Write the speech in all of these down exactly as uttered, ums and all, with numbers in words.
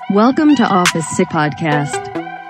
Welcome to Office Sick Podcast.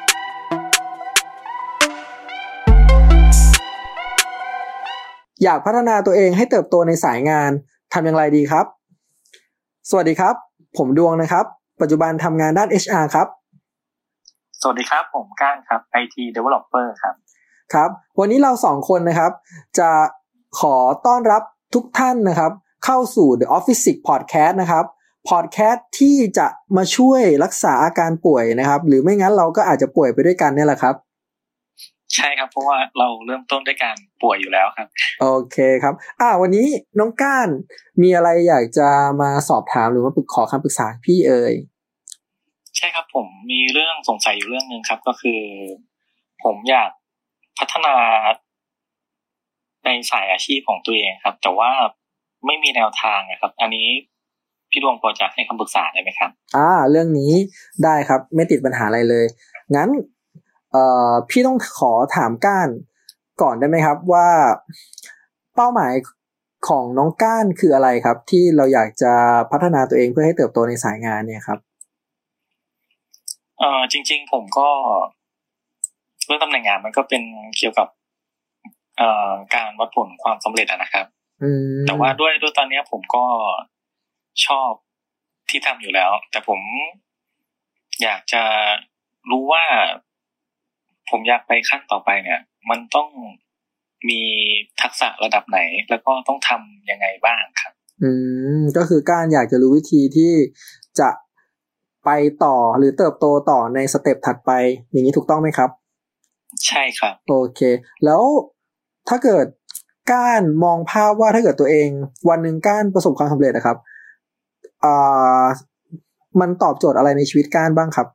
อยากพัฒนาตัวเองให้เติบโตในสายงานทำอย่างไรดีครับสวัสดีครับผมดวงนะครับปัจจุบันทำงานด้าน เอช อาร์ ครับสวัสดีครับผมก้านครับ ไอ ที Developer ครับครับวันนี้เราสองคนนะครับจะขอต้อนรับทุกท่านนะครับเข้าสู่ The Office Sick Podcast นะครับ Podcast ที่จะมาช่วยรักษาอาการป่วยนะครับหรือไม่งั้นเราก็อาจจะป่วยไปด้วยกันเนี่ยแหละครับใช่ครับเพราะว่าเราเริ่มต้นด้วยการป่วยอยู่แล้วครับโอเคครับอ่าวันนี้น้องก้านมีอะไรอยากจะมาสอบถามหรือว่าขอคำปรึกษาพี่เอ่ยใช่ครับผมมีเรื่องสงสัยอยู่เรื่องนึงครับก็คือผมอยากพัฒนาในสายอาชีพของตัวเองครับแต่ว่าไม่มีแนวทางนะครับอันนี้พี่ดวงพอจะให้คำปรึกษาได้ไหมครับอ่าเรื่องนี้ได้ครับไม่ติดปัญหาอะไรเลยงั้นเอ่อพี่ต้องขอถามก้านก่อนได้ไหมครับว่าเป้าหมายของน้องก้านคืออะไรครับที่เราอยากจะพัฒนาตัวเองเพื่อให้เติบโตในสายงานเนี่ยครับเอ่อจริงๆผมก็เรื่องตำแหน่งงานมันก็เป็นเกี่ยวกับเอ่อการวัดผลความสำเร็จนะครับแต่ว่าด้วยด้วยตอนนี้ผมก็ชอบที่ทำอยู่แล้วแต่ผมอยากจะรู้ว่าผมอยากไปขั้นต่อไปเนี่ยมันต้องมีทักษะระดับไหนแล้วก็ต้องทำยังไงบ้างครับอืมก็คือการอยากจะรู้วิธีที่จะไปต่อหรือเติบโตต่อในสเต็ปถัดไปอย่างนี้ถูกต้องไหมครับใช่ครับโอเคแล้วถ้าเกิดก้านมองภาพว่าถ้าเกิดตัวเองวันหนึ่งก้านประสบความสำเร็จนะครับอ่ามันตอบโจทย์อะไรในชีวิตก้านบ้างครับ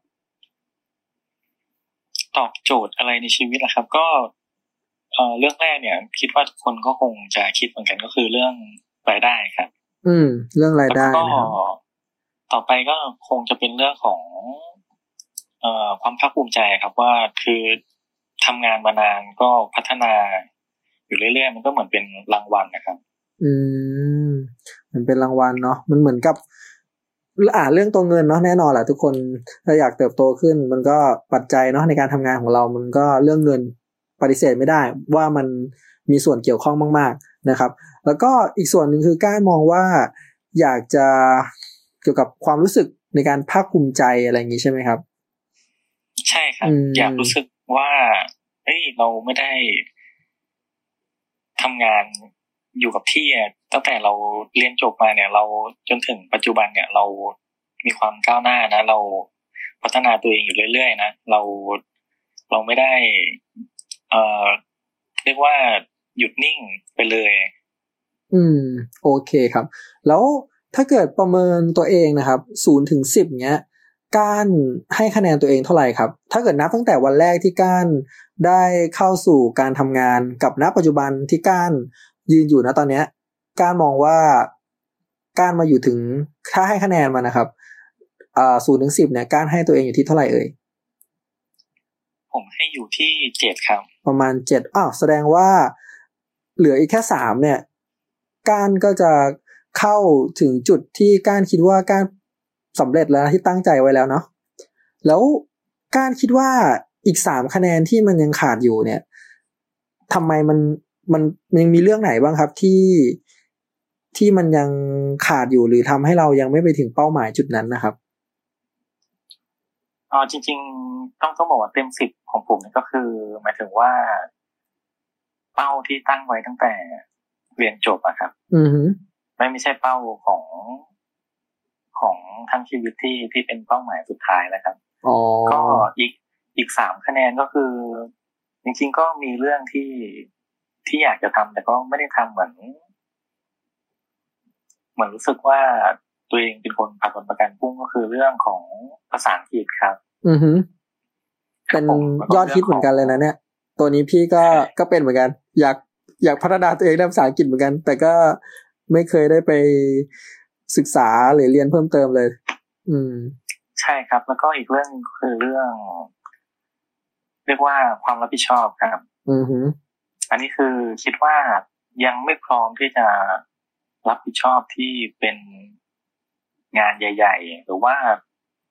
ตอบโจทย์อะไรในชีวิตล่ะครับก็เอ่อเรื่องแรกเนี่ยคิดว่าทุกคนก็คงจะคิดเหมือนกันก็คือเรื่องรายได้ครับอืมเรื่องรายได้นะครับต่อไปก็คงจะเป็นเรื่องของเอ่อความภาคภูมิใจครับว่าคือทำงานมานานก็พัฒนาอยู่เรื่อยๆมันก็เหมือนเป็นรางวัลนะครับอืมมันเป็นรางวัลเนาะมันเหมือนกับอ่าเรื่องตัวเงินเนาะแน่นอนแหละทุกคนถ้าอยากเติบโตขึ้นมันก็ปัจจัยเนาะในการทำงานของเรามันก็เรื่องเงินปฏิเสธไม่ได้ว่ามันมีส่วนเกี่ยวข้องมากๆนะครับแล้วก็อีกส่วนหนึ่งคือการมองว่าอยากจะเกี่ยวกับความรู้สึกในการภาคภูมิใจอะไรอย่างนี้ใช่ไหมครับใช่ครับอยากรู้สึกว่าเฮ้ยเราไม่ได้ทำงานอยู่กับที่ตั้งแต่เราเรียนจบมาเนี่ยเราจนถึงปัจจุบันเนี่ยเรามีความก้าวหน้านะเราพัฒนาตัวเองอยู่เรื่อยๆนะเราเราไม่ได้เอ่อเรียกว่าหยุดนิ่งไปเลยอืมโอเคครับแล้วถ้าเกิดประเมินตัวเองนะครับศูนย์ถึงสิบเงี้ยก้านให้คะแนนตัวเองเท่าไหร่ครับถ้าเกิดนับตั้งแต่วันแรกที่ก้านได้เข้าสู่การทำงานกับณปัจจุบันที่ก้านยืนอยู่ณตอนเนี้ยก้านมองว่าก้านมาอยู่ถึงถ้าให้คะแนนมานะครับอ่าศูนย์ถึงสิบเนี่ยก้านให้ตัวเองอยู่ที่เท่าไหร่เอ่ยผมให้อยู่ที่เจ็ดครับประมาณเจ็ดอ้าวแสดงว่าเหลืออีกแค่สามเนี่ยก้านก็จะเข้าถึงจุดที่ก้านคิดว่าก้านสำเร็จแล้วที่ตั้งใจไว้แล้วเนาะแล้วก้านคิดว่าอีกสามคะแนนที่มันยังขาดอยู่เนี่ยทำไมมันมันยังมีเรื่องไหนบ้างครับที่ที่มันยังขาดอยู่หรือทำให้เรายังไม่ไปถึงเป้าหมายจุดนั้นนะครับอ๋อจริงๆต้องต้องบอกว่าเต็มสิบของผมนี่ก็คือหมายถึงว่าเป้าที่ตั้งไว้ตั้งแต่เรียนจบอะครับอือฮึไม่ไม่ใช่เป้าของของทั้งชีวิตที่ที่เป็นเป้าหมายสุดท้ายนะครับอ๋อก็อีกอีกสามคะแนนก็คือจริงๆก็มีเรื่องที่ที่อยากจะทำแต่ก็ไม่ได้ทำเหมือนเหมือนรู้สึกว่าตัวเองเป็นคนผัดวันประกันพรุ่งก็คือเรื่องของภาษาอังกฤษครับอือฮึเป็นยอดฮิตเหมือนกันเลยนะเนี่ยตัวนี้พี่ก็ก็เป็นเหมือนกันอยากอยากพัฒนาตัวเองด้านภาษาอังกฤษเหมือนกันแต่ก็ไม่เคยได้ไปศึกษาหรือเรียนเพิ่มเติมเลยอืมใช่ครับแล้วก็อีกเรื่องคือเรื่องเรียกว่าความรับผิดชอบครับอือฮึอันนี้คือคิดว่ายังไม่พร้อมที่จะรับผิดชอบที่เป็นงานใหญ่ๆหรือว่า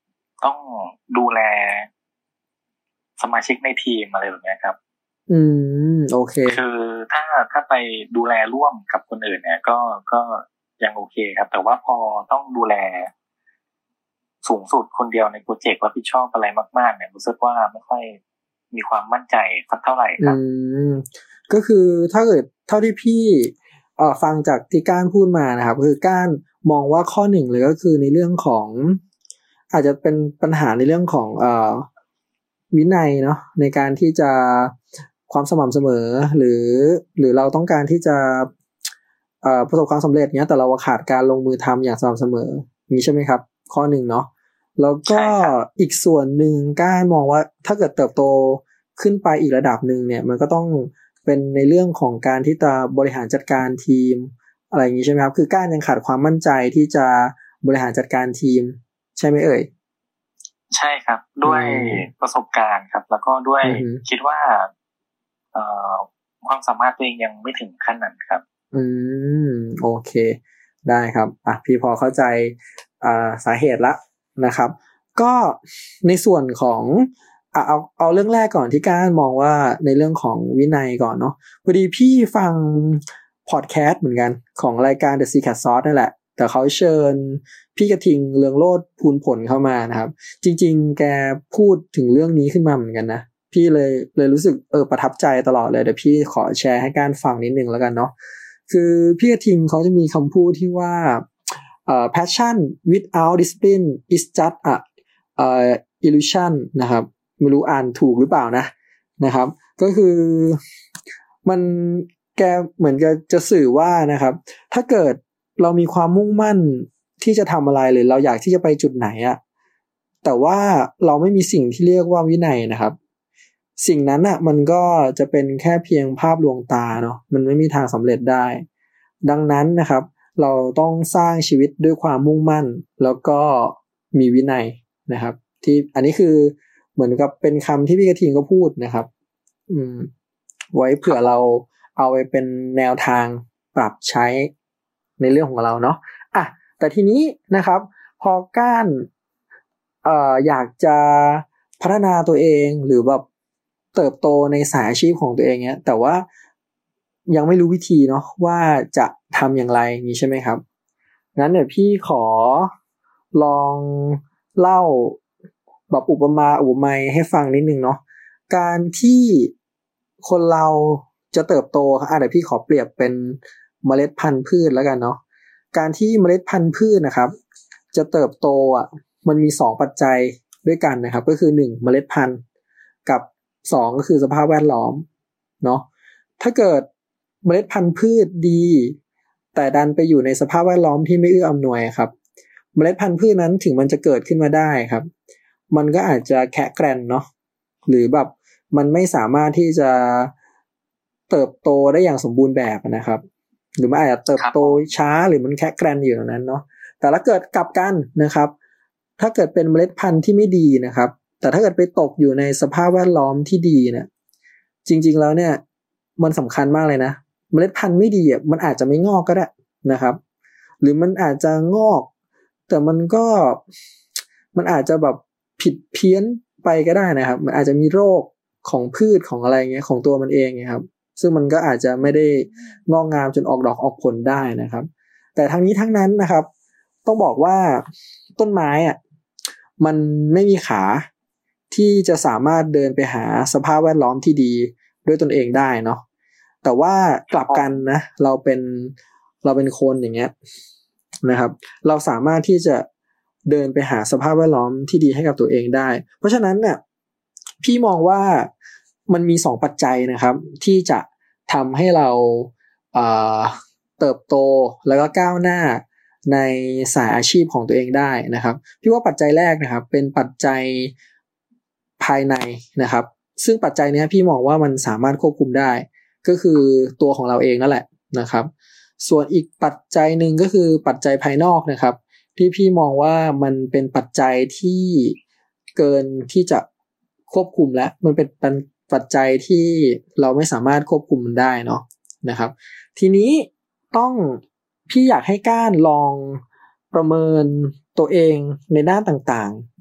ต้องดูแลสมาชิกในทีมอะไรแบบนี้ครับอืมโอเคคือถ้าถ้าไปดูแลร่วมกับคนอื่นเนี่ยก็ก็ยังโอเคครับแต่ว่าพอต้องดูแลสูงสุดคนเดียวในโปรเจกต์รับผิดชอบอะไรมากๆเนี่ยรู้สึกว่าไม่ค่อยมีความมั่นใจสักเท่าไหร่ครับอืมก็คือถ้าเกิดเท่าที่พี่เอ่อฟังจากที่ก้านพูดมานะครับคือก้านมองว่าข้อหนึ่งเลยก็คือในเรื่องของอาจจะเป็นปัญหาในเรื่องของเอ่อวินัยเนาะในการที่จะความสม่ำเสมอหรือหรือเราต้องการที่จะเอ่อประสบความสำเร็จเนี้ยแต่เราขาดการลงมือทำอย่างสม่ำเสมอนี้ใช่ไหมครับข้อหนึ่งเนาะแล้วก็อีกส่วนหนึ่งก้านมองว่าถ้าเกิดเติบโตขึ้นไปอีกระดับหนึ่งเนี่ยมันก็ต้องเป็นในเรื่องของการที่จะบริหารจัดการทีมอะไรอย่างนี้ใช่ไหมครับคือก้านยังขาดความมั่นใจที่จะบริหารจัดการทีมใช่ไหมเอ่ยใช่ครับด้วยประสบการณ์ครับแล้วก็ด้วยคิดว่าเอ่อความสามารถตัวเองยังไม่ถึงขั้นนั้นครับอืมโอเคได้ครับอ่ะพี่พอเข้าใจอ่าสาเหตุละนะครับก็ในส่วนของอ่ะเอาเอาเรื่องแรกก่อนที่ก้านมองว่าในเรื่องของวินัยก่อนเนาะพอดีพี่ฟังพอดแคสต์เหมือนกันของรายการ The Secret Sauce นั่นแหละแต่เขาเชิญพี่กระทิงเรืองโรจน์ภูลผลเข้ามานะครับจริงๆแกพูดถึงเรื่องนี้ขึ้นมาเหมือนกันนะพี่เลยเลยรู้สึกเออประทับใจตลอดเลยเดี๋ยวพี่ขอแชร์ให้ก้านฟังนิดนึงแล้วกันเนาะคือพี่กระทิงเขาจะมีคำพูดที่ว่าเอ่อ passion without discipline is just a เอ่อ illusion นะครับไม่รู้อ่านถูกหรือเปล่านะนะครับก็คือมันแกเหมือนกับจะสื่อว่านะครับถ้าเกิดเรามีความมุ่งมั่นที่จะทำอะไรหรือเราอยากที่จะไปจุดไหนอะแต่ว่าเราไม่มีสิ่งที่เรียกว่าวินัยนะครับสิ่งนั้นอ่ะมันก็จะเป็นแค่เพียงภาพลวงตาเนาะมันไม่มีทางสำเร็จได้ดังนั้นนะครับเราต้องสร้างชีวิตด้วยความมุ่งมั่นแล้วก็มีวินัยนะครับที่อันนี้คือเหมือนกับเป็นคำที่พี่กระทิงก็พูดนะครับอืมไว้เผื่อเราเอาไปเป็นแนวทางปรับใช้ในเรื่องของเราเนาะอ่ะแต่ทีนี้นะครับพอก้านเอ่ออยากจะพัฒนาตัวเองหรือแบบเติบโตในสายอาชีพของตัวเองเนี้ยแต่ว่ายังไม่รู้วิธีเนาะว่าจะทำอย่างไรนี้ใช่ไหมครับงั้นเดี๋ยวพี่ขอลองเล่าแบบอุปมาอุปไมยให้ฟังนิดนึงเนาะการที่คนเราจะเติบโตอ่ะเดี๋ยวพี่ขอเปรียบเป็นเมล็ดพันธุ์พืชแล้วกันเนาะการที่เมล็ดพันธุ์พืชนะครับจะเติบโตอ่ะมันมีสองปัจจัยด้วยกันนะครับก็คือหนึ่งเมล็ดพันธุ์กับสองก็คือสภาพแวดล้อมเนาะถ้าเกิดเมล็ดพันธุ์พืชดีแต่ดันไปอยู่ในสภาพแวดล้อมที่ไม่เอื้ออำนวยครับเมล็ดพันธุ์พืชนั้นถึงมันจะเกิดขึ้นมาได้ครับมันก็อาจจะแคะแกรนเนาะหรือแบบมันไม่สามารถที่จะเติบโตได้อย่างสมบูรณ์แบบนะครับหรือมันอาจจะเติบโตช้าหรือมันแคะแกรนอยู่ตรงนั้นเนาะแต่ถ้าเกิดกลับกันนะครับถ้าเกิดเป็นเมล็ดพันธุ์ที่ไม่ดีนะครับแต่ถ้าเกิดไปตกอยู่ในสภาพแวดล้อมที่ดีเนี่ยจริงๆแล้วเนี่ยมันสำคัญมากเลยนะเมล็ดพันธุ์ไม่ดีอ่ะมันอาจจะไม่งอกก็ได้นะครับหรือมันอาจจะงอกแต่มันก็มันอาจจะแบบผิดเพี้ยนไปก็ได้นะครับมันอาจจะมีโรคของพืชของอะไรเงี้ยของตัวมันเองไงครับซึ่งมันก็อาจจะไม่ได้งอกงามจนออกดอกออกผลได้นะครับแต่ทั้งนี้ทั้งนั้นนะครับต้องบอกว่าต้นไม้อ่ะมันไม่มีขาที่จะสามารถเดินไปหาสภาพแวดล้อมที่ดีด้วยตนเองได้เนาะแต่ว่ากลับกันนะเราเป็นเราเป็นคนอย่างเงี้ยนะครับเราสามารถที่จะเดินไปหาสภาพแวดล้อมที่ดีให้กับตัวเองได้เพราะฉะนั้นเนี่ยพี่มองว่ามันมีสองปัจจัยนะครับที่จะทำให้เราเอ่อเติบโตแล้วก็ก้าวหน้าในสายอาชีพของตัวเองได้นะครับพี่ว่าปัจจัยแรกนะครับเป็นปัจจัยภายในนะครับซึ่งปัจจัยนี้พี่มองว่ามันสามารถควบคุมได้ก็คือตัวของเราเองนั่นแหละนะครับส่วนอีกปัจจัยหนึ่งก็คือปัจจัยภายนอกนะครับที่พี่มองว่ามันเป็นปัจจัยที่เกินที่จะควบคุมและมันเป็นปัจจัยที่เราไม่สามารถควบคุมมันได้เนาะนะครับทีนี้ต้องพี่อยากให้ก้านลองประเมินตัวเองในด้านต่างๆ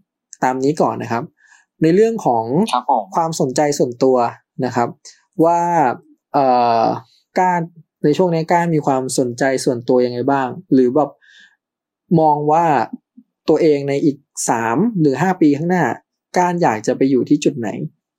ตามนี้ก่อนนะครับในเรื่องของความสนใจส่วนตัวนะครับว่าเอ่อการในช่วงนี้การมีความสนใจส่วนตัวยังไงบ้างหรือแบบมองว่าตัวเองในอีกสามหรือห้าปีข้างหน้าการอยากจะไปอยู่ที่จุดไหน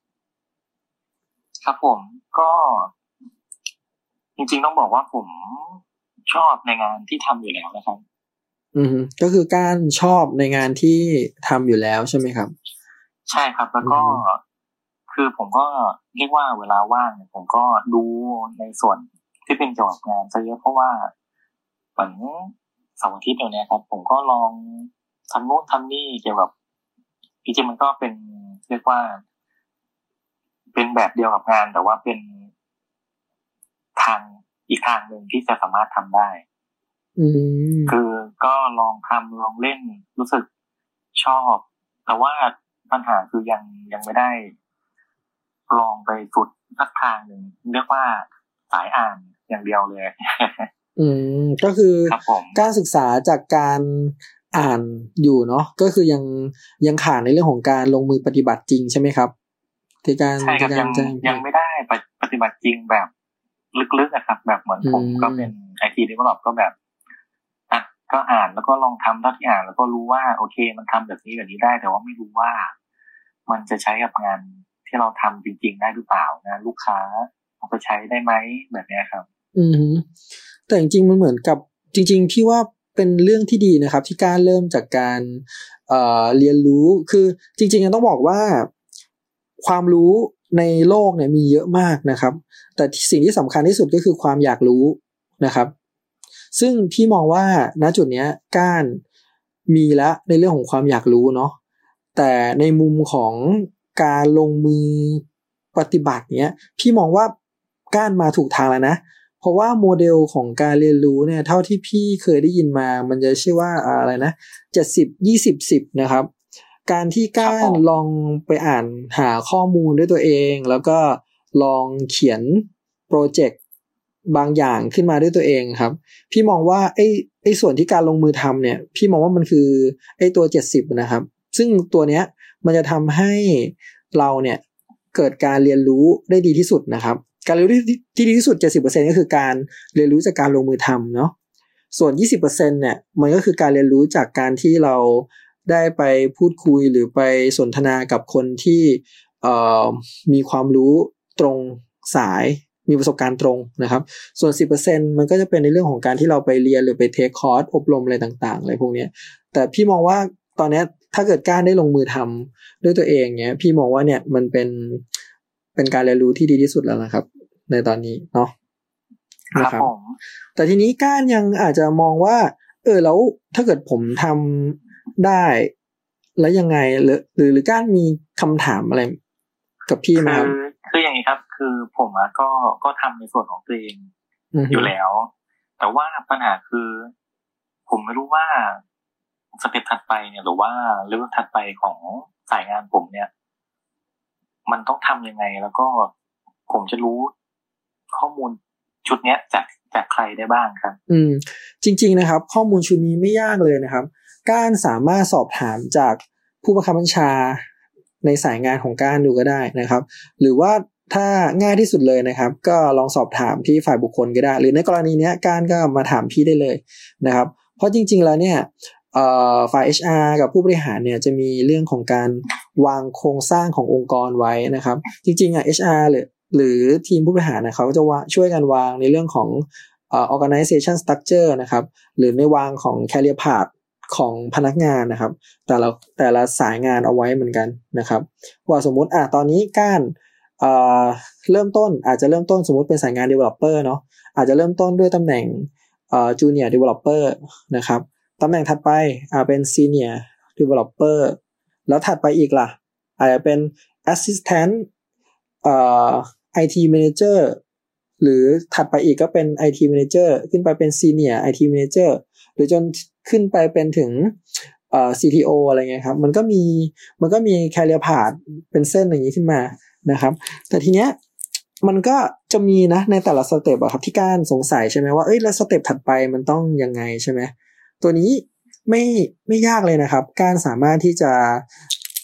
ครับผมก็จริงๆต้องบอกว่าผมชอบในงานที่ทำอยู่แล้วนะครับอืมก็คือการชอบในงานที่ทำอยู่แล้วใช่ไหมครับใช่ครับแล้วก็คือผมก็เรียกว่าเวลาว่างผมก็ดูในส่วนที่เป็นเกี่ยวกับงานซะเยอะเพราะว่าเหมือนเสาร์อาทิตย์เนี้ยครับผมก็ลองทำโน่นทำนี่เกี่ยวกับจริงๆมันก็เป็นเรียกว่าเป็นแบบเดียวกับงานแต่ว่าเป็นทางอีกทางหนึ่งที่จะสามารถทำได้คือก็ลองทำลองเล่นรู้สึกชอบแต่ว่าปัญหาคือยังยังไม่ได้ลองไปสุดสักทางหนึ่งเรียกว่าสายอ่านอย่างเดียวเลยอืมก็คือการศึกษาจากการอ่านอยู่เนาะก็คือยังยังขาดในเรื่องของการลงมือปฏิบัติจริงใช่ไหมครับที่การใช่ครับยังยังไม่ได้ปฏิบัติจริงแบบลึกๆนะครับแบบเหมือนผมก็เป็น ไอ ที Develop ก็แบบอ่ะก็อ่านแล้วก็ลองทำเท่าที่อ่านแล้วก็รู้ว่าโอเคมันทำแบบนี้แบบนี้ได้แต่ว่าไม่รู้ว่ามันจะใช้กับงานที่เราทำจริงๆได้หรือเปล่านะลูกค้าเอาไปใช้ได้ไหมแบบนี้ครับอืมแต่จริงๆมันเหมือนกับจริงๆพี่ว่าเป็นเรื่องที่ดีนะครับที่การเริ่มจากการเอ่อเรียนรู้คือจริงๆต้องบอกว่าความรู้ในโลกเนี่ยมีเยอะมากนะครับแต่สิ่งที่สำคัญที่สุดก็คือความอยากรู้นะครับซึ่งพี่มองว่าณจุดเนี้ยก้านมีแล้วในเรื่องของความอยากรู้เนาะแต่ในมุมของการลงมือปฏิบัติเนี้ยพี่มองว่าก้านมาถูกทางแล้วนะเพราะว่าโมเดลของการเรียนรู้เนี่ยเท่าที่พี่เคยได้ยินมามันจะชื่อว่าอะไรนะเจ็ดสิบ ยี่สิบ สิบนะครับการที่ก้านลองไปอ่านหาข้อมูลด้วยตัวเองแล้วก็ลองเขียนโปรเจกต์บางอย่างขึ้นมาด้วยตัวเองครับพี่มองว่าไอ้ไอ้ส่วนที่การลงมือทำเนี่ยพี่มองว่ามันคือไอ้ตัวเจ็ดสิบนะครับซึ่งตัวเนี้ยมันจะทำให้เราเนี่ยเกิดการเรียนรู้ได้ดีที่สุดนะครับการเรียนรู้ที่ดีที่สุด เจ็ดสิบเปอร์เซ็นต์ ก็คือการเรียนรู้จากการลงมือทำเนาะส่วน ยี่สิบเปอร์เซ็นต์ เนี่ยมันก็คือการเรียนรู้จากการที่เราได้ไปพูดคุยหรือไปสนทนากับคนที่เอ่อมีความรู้ตรงสายมีประสบการณ์ตรงนะครับส่วน สิบเปอร์เซ็นต์ มันก็จะเป็นในเรื่องของการที่เราไปเรียนหรือไปเทคคอร์สอบรมอะไรต่างๆอะไรพวกนี้แต่พี่มองว่าตอนนี้ถ้าเกิดการได้ลงมือทำด้วยตัวเองเนี้ยพี่มองว่าเนี่ยมันเป็นเป็นการเรียนรู้ที่ดีที่สุดแล้วนะครับในตอนนี้เนาะนะครับแต่ทีนี้ก้านยังอาจจะมองว่าเออแล้วถ้าเกิดผมทำได้แล้วยังไงหรือหรือหรือก้านมีคำถามอะไรกับพี่ไหมครับคืออย่างนี้ครับคือผมอ่ะก็ก็ทำในส่วนของตัวเองอยู่แล้วแต่ว่าปัญหาคือผมไม่รู้ว่าสเต็ปถัดไปเนี่ยหรือว่าเรื่องถัดไปของสายงานผมเนี่ยมันต้องทำยังไงแล้วก็ผมจะรู้ข้อมูลชุดเนี้ยจากจากใครได้บ้างครับอืมจริงๆนะครับข้อมูลชุดนี้ไม่ยากเลยนะครับก้านสามารถสอบถามจากผู้บังคับบัญชาในสายงานของก้านดูก็ได้นะครับหรือว่าถ้าง่ายที่สุดเลยนะครับก็ลองสอบถามที่ฝ่ายบุคคลก็ได้หรือในกรณีนี้ก้านก็มาถามพี่ได้เลยนะครับเพราะจริงๆแล้วเนี่ยเอ่อฝ่าย เอช อาร์ กับผู้บริหารเนี่ยจะมีเรื่องของการวางโครงสร้างขององค์กรไว้นะครับจริงๆอ่ะ เอช อาร์ หรือหรือทีมผู้บริหารนะเขาจะช่วยกันวางในเรื่องของเอ่อ organization structure นะครับหรือในวางของ career path ของพนักงานนะครับแต่ละแต่ละสายงานเอาไว้เหมือนกันนะครับว่าสมมุติอ่ะตอนนี้ก้านเอ่อเริ่มต้นอาจจะเริ่มต้นสมมุติเป็นสายงาน developer เนาะอาจจะเริ่มต้นด้วยตำแหน่งเอ่อ junior developer นะครับตำแหน่งถัดไปอ่าเป็น senior developer แล้วถัดไปอีกล่ะอาจจะเป็น assistant เอ่อ ไอ ที manager หรือถัดไปอีกก็เป็น ไอ ที manager ขึ้นไปเป็น senior ไอ ที manager หรือจนขึ้นไปเป็นถึงเอ่อ ซี ที โอ อะไรเงี้ยครับมันก็มีมันก็มี career path เป็นเส้นอย่างนี้ขึ้นมานะครับแต่ทีเนี้ยมันก็จะมีนะในแต่ละสเต็ปอะครับที่การสงสัยใช่ไหมว่าเอ้ยแล้วสเต็ปถัดไปมันต้องยังไงใช่ไหมตัวนี้ไม่ไม่ยากเลยนะครับการสามารถที่จะ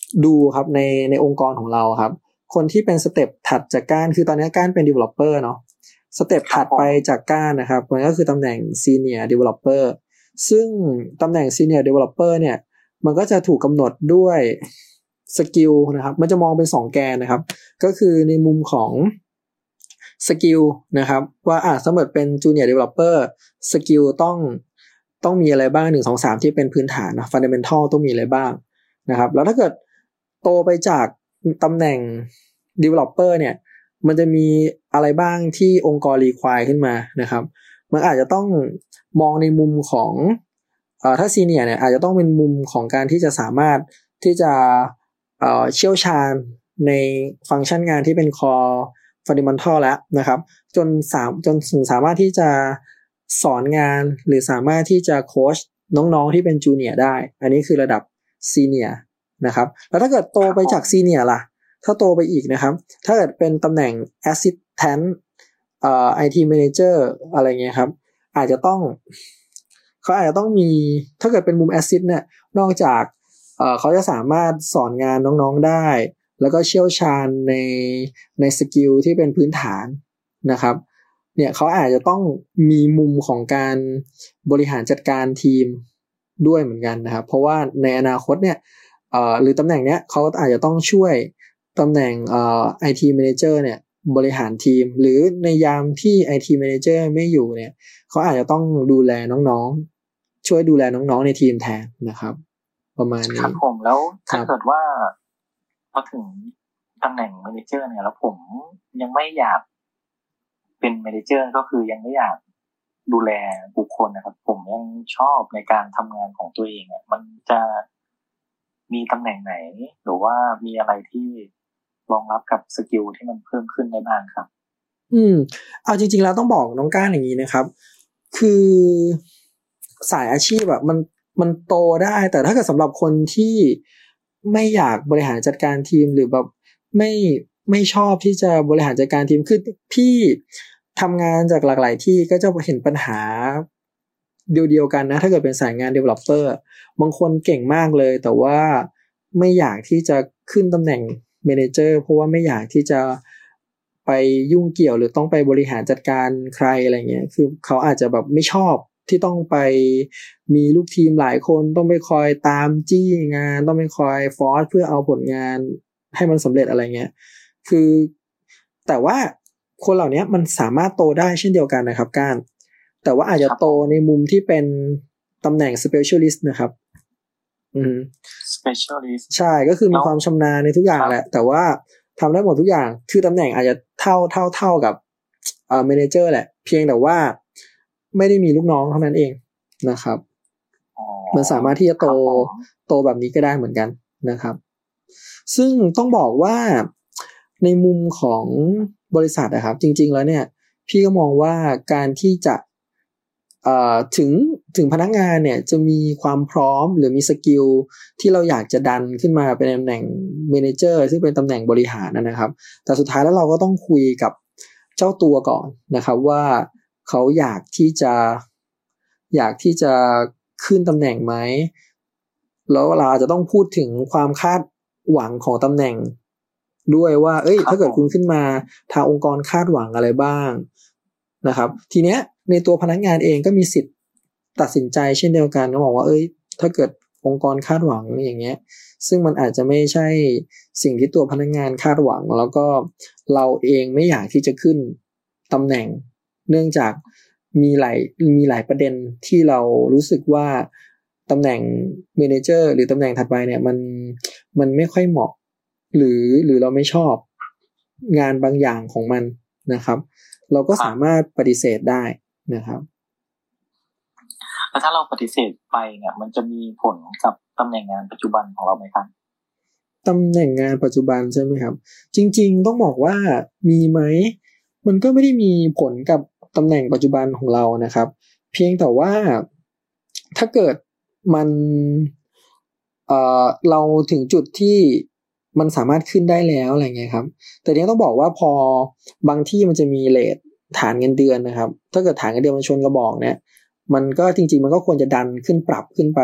ดูครับในในองค์กรของเราครับคนที่เป็นสเต็ปถัดจากก้านคือตอนนี้ก้านเป็น developer เนาะสเต็ปถัดไปจากก้านนะครับมันก็คือตำแหน่ง senior developer ซึ่งตำแหน่ง senior developer เนี่ยมันก็จะถูกกำหนดด้วยสกิลนะครับมันจะมองเป็นสองแกนนะครับก็คือในมุมของสกิลนะครับว่าอ่ะสมมติเป็น junior developer สกิลต้องต้องมีอะไรบ้างหนึ่ง สอง สามที่เป็นพื้นฐานนะ fundamental ต้องมีอะไรบ้างนะครับแล้วถ้าเกิดโตไปจากตำแหน่ง developer เนี่ยมันจะมีอะไรบ้างที่องค์กร require ขึ้นมานะครับมันอาจจะต้องมองในมุมของเอ่อถ้า senior เนี่ยอาจจะต้องเป็นมุมของการที่จะสามารถที่จะเอ่อเชี่ยวชาญในฟังก์ชันงานที่เป็น core fundamental แล้วนะครับจนสามจนถึงสามารถที่จะสอนงานหรือสามารถที่จะโค้ชน้องๆที่เป็น junior ได้อันนี้คือระดับ senior นะครับแล้วถ้าเกิดโตไปจาก senior ล่ะถ้าโตไปอีกนะครับถ้าเกิดเป็นตำแหน่ง assistant เอ่อ ไอ ที manager อะไรเงี้ยครับอาจจะต้องเขาอาจจะต้องมีถ้าเกิดเป็นมุม assist เนี่ยนอกจากเอ่อเขาจะสามารถสอนงานน้องๆได้แล้วก็เชี่ยวชาญในในสกิลที่เป็นพื้นฐานนะครับเนี่ยเขาอาจจะต้องมีมุมของการบริหารจัดการทีมด้วยเหมือนกันนะครับเพราะว่าในอนาคตเนี่ยเอ่อหรือตำแหน่งเนี้ยเขาอาจจะต้องช่วยตำแหน่งเอ่อ ไอ ที Manager เนี่ยบริหารทีมหรือในยามที่ ไอ ที Manager ไม่อยู่เนี่ยเขาอาจจะต้องดูแลน้องๆช่วยดูแลน้องๆในทีมแทนนะครับประมาณนี้ครับผมแล้วถ้าเกิดว่าพอถึงตำแหน่ง Manager เนี่ยแล้วผมยังไม่อยากเป็น Manager ก็คือยังไม่อยากดูแลบุคคลนะครับผมยังชอบในการทำงานของตัวเองอ่ะมันจะมีตำแหน่งไหนหรือว่ามีอะไรที่รองรับกับสกิลที่มันเพิ่มขึ้นได้บ้างครับอืมเอาจริงๆแล้วต้องบอกน้องก้านอย่างนี้นะครับคือสายอาชีพอะมันมันโตได้แต่ถ้าเกิดสำหรับคนที่ไม่อยากบริหารจัดการทีมหรือแบบไม่ไม่ชอบที่จะบริหารจัดการทีมคือพี่ทำงานจากหลากหลายที่ก็จะเห็นปัญหาเดียวๆกันนะถ้าเกิดเป็นสายงาน developer บางคนเก่งมากเลยแต่ว่าไม่อยากที่จะขึ้นตำแหน่ง manager เพราะว่าไม่อยากที่จะไปยุ่งเกี่ยวหรือต้องไปบริหารจัดการใครอะไรเงี้ยคือเขาอาจจะแบบไม่ชอบที่ต้องไปมีลูกทีมหลายคนต้องไปคอยตามจี้งานต้องไปคอยฟอร์สเพื่อเอาผลงานให้มันสำเร็จอะไรเงี้ยคือแต่ว่าคนเหล่านี้มันสามารถโตได้เช่นเดียวกันนะครับก้านแต่ว่าอาจจะโตในมุมที่เป็นตำแหน่ง specialist นะครับอืม specialist ใช่ก็คือมีความชำนาญในทุกอย่างแหละแต่ว่าทำได้หมดทุกอย่างคือตำแหน่งอาจจะเท่าเท่าเท่ากับเอ่อ manager แหละเพียงแต่ว่าไม่ได้มีลูกน้องเท่านั้นเองนะครับมันสามารถที่จะโตโตแบบนี้ก็ได้เหมือนกันนะครับซึ่งต้องบอกว่าในมุมของบริษัทนะครับจริงๆแล้วเนี่ยพี่ก็มองว่าการที่จะเอ่อถึงถึงพนักงานเนี่ยจะมีความพร้อมหรือมีสกิลที่เราอยากจะดันขึ้นมาเป็นตำแหน่งเมเนเจอร์ซึ่งเป็นตำแหน่งบริหารนะครับแต่สุดท้ายแล้วเราก็ต้องคุยกับเจ้าตัวก่อนนะครับว่าเขาอยากที่จะอยากที่จะขึ้นตำแหน่งไหมแล้วเราอาจจะต้องพูดถึงความคาดหวังของตำแหน่งด้วยว่าเอ้ยถ้าเกิดคุณขึ้นมาทางองค์กรคาดหวังอะไรบ้างนะครับทีเนี้ยในตัวพนักงานเองก็มีสิทธิ์ตัดสินใจเช่นเดียวกันก็บอกว่าเอ้ยถ้าเกิดองค์กรคาดหวังอย่างเงี้ยซึ่งมันอาจจะไม่ใช่สิ่งที่ตัวพนักงานคาดหวังแล้วก็เราเองไม่อยากที่จะขึ้นตำแหน่งเนื่องจากมีหลายมีหลายประเด็นที่เรารู้สึกว่าตำแหน่งเมเนเจอร์หรือตำแหน่งถัดไปเนี่ยมันมันไม่ค่อยเหมาะหรือหรือเราไม่ชอบงานบางอย่างของมันนะครับเราก็สามารถปฏิเสธได้นะครับแล้วถ้าเราปฏิเสธไปเนี่ยมันจะมีผลกับตำแหน่งงานปัจจุบันของเราไหมครับตำแหน่งงานปัจจุบันใช่ไหมครับจริงๆต้องบอกว่ามีไหมมันก็ไม่ได้มีผลกับตำแหน่งปัจจุบันของเรานะครับเพียงแต่ว่าถ้าเกิดมันเอ่อเราถึงจุดที่มันสามารถขึ้นได้แล้วอะไรเงี้ยครับแต่เนี้ยต้องบอกว่าพอบางที่มันจะมีเรทฐานเงินเดือนนะครับถ้าเกิดฐานเงินเดือนมันชนกระบอกเนี่ยมันก็จริงๆมันก็ควรจะดันขึ้นปรับขึ้นไป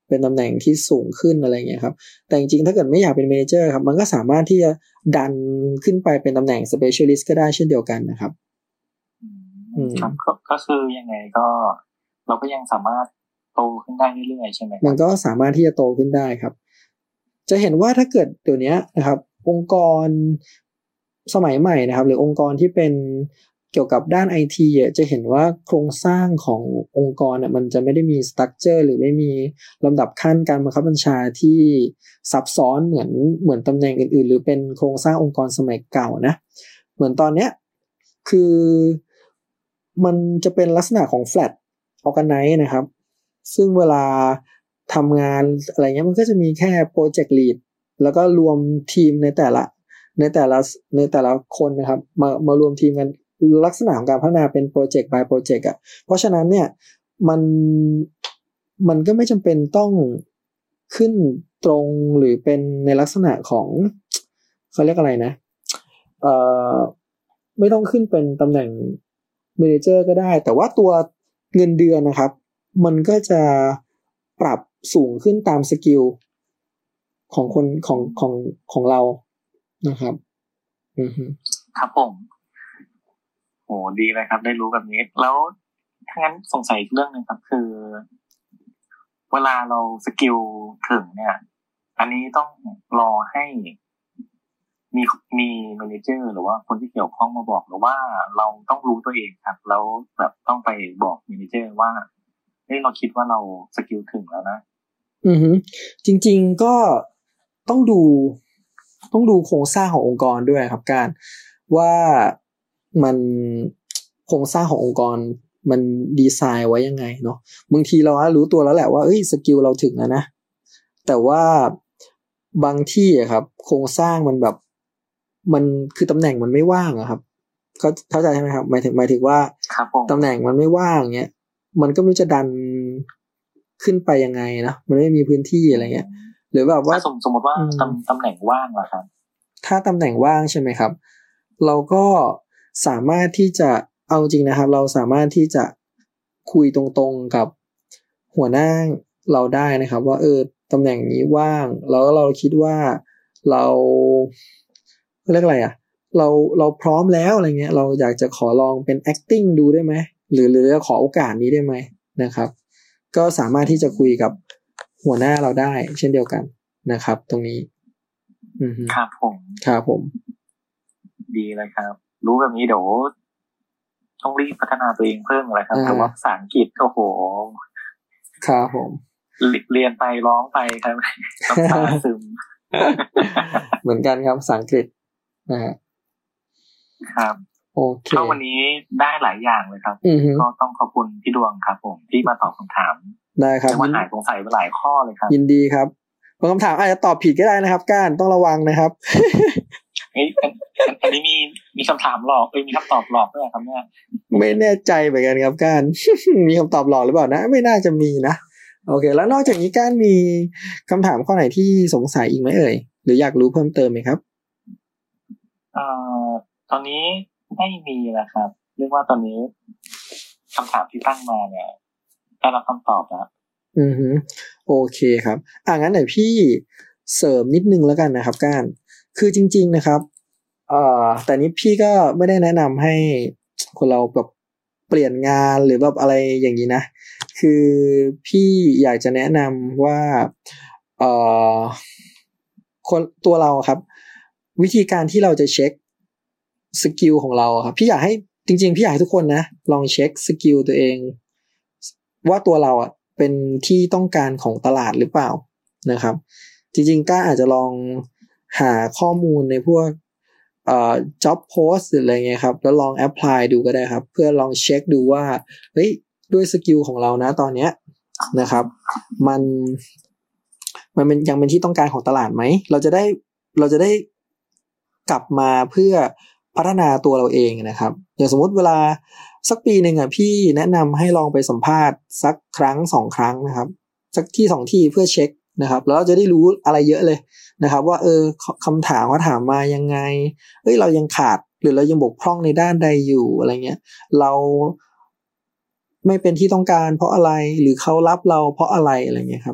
เป็นตำแหน่งที่สูงขึ้นอะไรเงี้ยครับแต่จริงๆถ้าเกิดไม่อยากเป็นเมเนเจอร์ครับมันก็สามารถที่จะดันขึ้นไปเป็นตำแหน่ง specialist ก็ได้เช่นเดียวกันนะครับอืมครับก็คือยังไงก็เราก็ยังสามารถโตขึ้นได้เรื่อยๆใช่ไหมมันก็สามารถที่จะโตขึ้นได้ครับจะเห็นว่าถ้าเกิดเดี๋ยวนี้นะครับองค์กรสมัยใหม่นะครับหรือองค์กรที่เป็นเกี่ยวกับด้าน ไอ ที อ่ะจะเห็นว่าโครงสร้างขององค์กรน่ะมันจะไม่ได้มีสตรัคเจอร์หรือไม่มีลำดับขั้นการบังคับบัญชาที่ซับซ้อนเหมือนเหมือนตำแหน่งอื่นๆหรือเป็นโครงสร้างองค์กรสมัยเก่านะเหมือนตอนเนี้ยคือมันจะเป็นลักษณะของ flat organize นะครับซึ่งเวลาทำงานอะไรเงี้ยมันก็จะมีแค่โปรเจกต์ลีดแล้วก็รวมทีมในแต่ละในแต่ละในแต่ละคนนะครับมามารวมทีมกันลักษณะของการพัฒนาเป็นโปรเจกต์ by โปรเจกต์อ่ะเพราะฉะนั้นเนี่ยมันมันก็ไม่จำเป็นต้องขึ้นตรงหรือเป็นในลักษณะของเขาเรียกอะไรนะเอ่อไม่ต้องขึ้นเป็นตำแหน่งเมเนเจอร์ก็ได้แต่ว่าตัวเงินเดือนนะครับมันก็จะปรับสูงขึ้นตามสกิลของคนของของของเรานะครับอือฮึครับผมโหดีเลยครับได้รู้แบบนี้แล้วถ้างั้นสงสัยอีกเรื่องนึงครับคือเวลาเราสกิลถึงเนี่ยอันนี้ต้องรอให้มีมีแมเนเจอร์หรือว่าคนที่เกี่ยวข้องมาบอกหรือว่าเราต้องรู้ตัวเองครับแล้วแบบต้องไปบอกแมเนเจอร์ว่าเฮ้ยเราคิดว่าเราสกิลถึงแล้วนะอือฮึจริงๆก็ต้องดูต้องดูโครงสร้างขององค์กรด้วยครับการว่ามันโครงสร้างขององค์กรมันดีไซน์ไว้ยังไงเนาะบางทีเรารู้ตัวแล้วแหละว่าเอ้ยสกิลเราถึงแล้วนะแต่ว่าบางที่อะครับโครงสร้างมันแบบมันคือตำแหน่งมันไม่ว่างอะครับเขาเข้าใจใช่ไหมครับหมายถึงหมายถึงว่าตำแหน่งมันไม่ว่างเงี้ยมันก็ไม่รู้จะดันขึ้นไปยังไงนะมันไม่มีพื้นที่อะไรเงี้ยหรือแบบว่าสมสมมติว่าตำตำแหน่งว่างล่ะครับถ้าตำแหน่งว่างใช่ไหมครับเราก็สามารถที่จะเอาจริงนะครับเราสามารถที่จะคุยตรงๆกับหัวหน้าเราได้นะครับว่าเออตำแหน่งนี้ว่างแล้วเราคิดว่าเราเรียกอะไรอ่ะเราเราพร้อมแล้วอะไรเงี้ยเราอยากจะขอลองเป็น acting ดูได้ไหมหรือหรือจะขอโอกาสนี้ได้ไหมนะครับก็สามารถที่จะคุยกับหัวหน้าเราได้เช่นเดียวกันนะครับตรงนี้อืมครับผมครับผมดีเลยครับรู้แบบนี้เดี๋ยวต้องรีบพัฒนาตัวเองเพิ่มเลยครับแต่ว่าภาษาอังกฤษโอ้โหครับผมเรียนไปร้องไปครับน้ำตาซึมเหมือนกันครับภาษาอังกฤษนะฮะครับโอเคก็วันนี้ได้หลายอย่างเลยครับก็ต้องขอบคุณพี่ดวงครับผมที่มาตอบคำถามได้ครับว่าหายสงสัยไปหลายข้อเลยครับยินดีครับบางคำถามอาจจะตอบผิดก็ได้นะครับก้านต้องระวังนะครับเฮ้ยอันนี้มีมีคำถามหลอกเอ้ยมีคำตอบหลอกด้วยครับเนี่ยไม่แน่ใจเหมือนกันครับก้านมีคำตอบหลอกหรือเปล่านะไม่น่าจะมีนะโอเคแล้วนอกจากนี้ก้านมีคำถามข้อไหนที่สงสัยอีกไหมเอ่ยหรืออยากรู้เพิ่มเติมไหมครับเอ่อตอนนี้ไม่มีแล้วครับเรียกว่าตอนนี้คำถามที่ตั้งมาเนี่ยได้รับคำตอบแล้วอือฮึโอเคครับอ่ะงั้นเดี๋ยวพี่เสริมนิดนึงแล้วกันนะครับก้านคือจริงๆนะครับเอ่อแต่นี้พี่ก็ไม่ได้แนะนำให้คนเราแบบเปลี่ยนงานหรือแบบอะไรอย่างนี้นะคือพี่อยากจะแนะนำว่าเอ่อคนตัวเราครับวิธีการที่เราจะเช็คสกิลของเราครับพี่อยากให้จริงๆพี่อยากให้ทุกคนนะลองเช็คสกิลตัวเองว่าตัวเราอ่ะเป็นที่ต้องการของตลาดหรือเปล่านะครับจริงๆก็อาจจะลองหาข้อมูลในพวกเอ่อ job post หรืออะไรเงี้ยครับแล้วลอง apply ดูก็ได้ครับเพื่อลองเช็คดูว่าเฮ้ยด้วยสกิลของเรานะตอนเนี้ยนะครับมันมันเป็นยังเป็นที่ต้องการของตลาดไหมเราจะได้เราจะได้กลับมาเพื่อพัฒนาตัวเราเองนะครับอย่างสมมติเวลาสักปีหนึ่งอ่ะพี่แนะนำให้ลองไปสัมภาษณ์สักครั้งสองครั้งนะครับสักที่สองที่เพื่อเช็คนะครับแล้วเราจะได้รู้อะไรเยอะเลยนะครับว่าเออคำถามว่าถามมายังไงเอ้ยเรายังขาดหรือเรายังบกพร่องในด้านใดอยู่อะไรเงี้ยเราไม่เป็นที่ต้องการเพราะอะไรหรือเขารับเราเพราะอะไรอะไรเงี้ยครับจ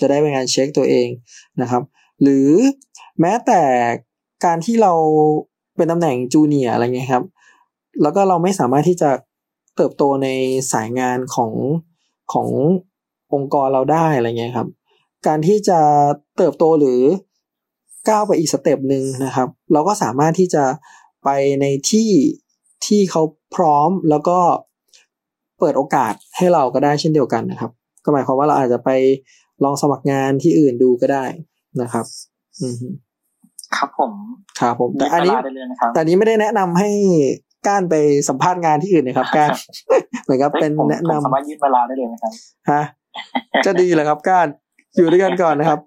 จะได้เป็นการเช็คตัวเองนะครับหรือแม้แต่การที่เราเป็นตำแหน่งจูเนียร์อะไรเงี้ยครับแล้วก็เราไม่สามารถที่จะเติบโตในสายงานของขององค์กรเราได้อะไรเงี้ยครับการที่จะเติบโตหรือก้าวไปอีกสเต็ปนึงนะครับเราก็สามารถที่จะไปในที่ที่เขาพร้อมแล้วก็เปิดโอกาสให้เราก็ได้เช่นเดียวกันนะครับก็หมายความว่าเราอาจจะไปลองสมัครงานที่อื่นดูก็ได้นะครับอืมครับผมครับผมแต่อันนี้แต่นี้ไม่ได้แนะนำให้ก้านไปสัมภาษณ์งานที่อื่นนะครับก้านเหมือนกับเป็นแนะนำสามารถยืดเวลาได้เลยนะครับฮะจะดีเหรอครับก้านอยู่ด้วยกันก่อนนะครับ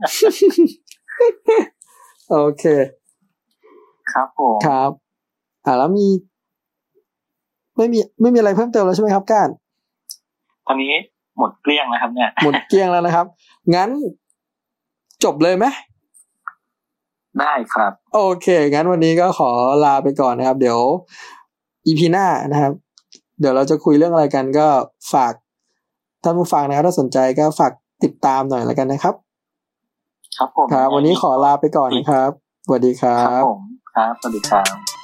โอเคครับผมครับอ่าแล้วมีไม่มีไม่มีอะไรเพิ่มเติมแล้วใช่ไหมครับก้านตอนนี้หมดเกลี้ยงแล้วครับเนี่ยหมดเกลี้ยงแล้วนะครับงั้นจบเลยไหมได้ครับโอเคงั้นวันนี้ก็ขอลาไปก่อนนะครับเดี๋ยว อี พี หน้านะครับเดี๋ยวเราจะคุยเรื่องอะไรกันก็ฝากท่านผู้ฟังนะครับถ้าสนใจก็ฝากติดตามหน่อยแล้วกันนะครับครับผมครับวันนี้ขอลาไปก่อนนะครับสวัสดีครับครับผมครับสวัสดีครับ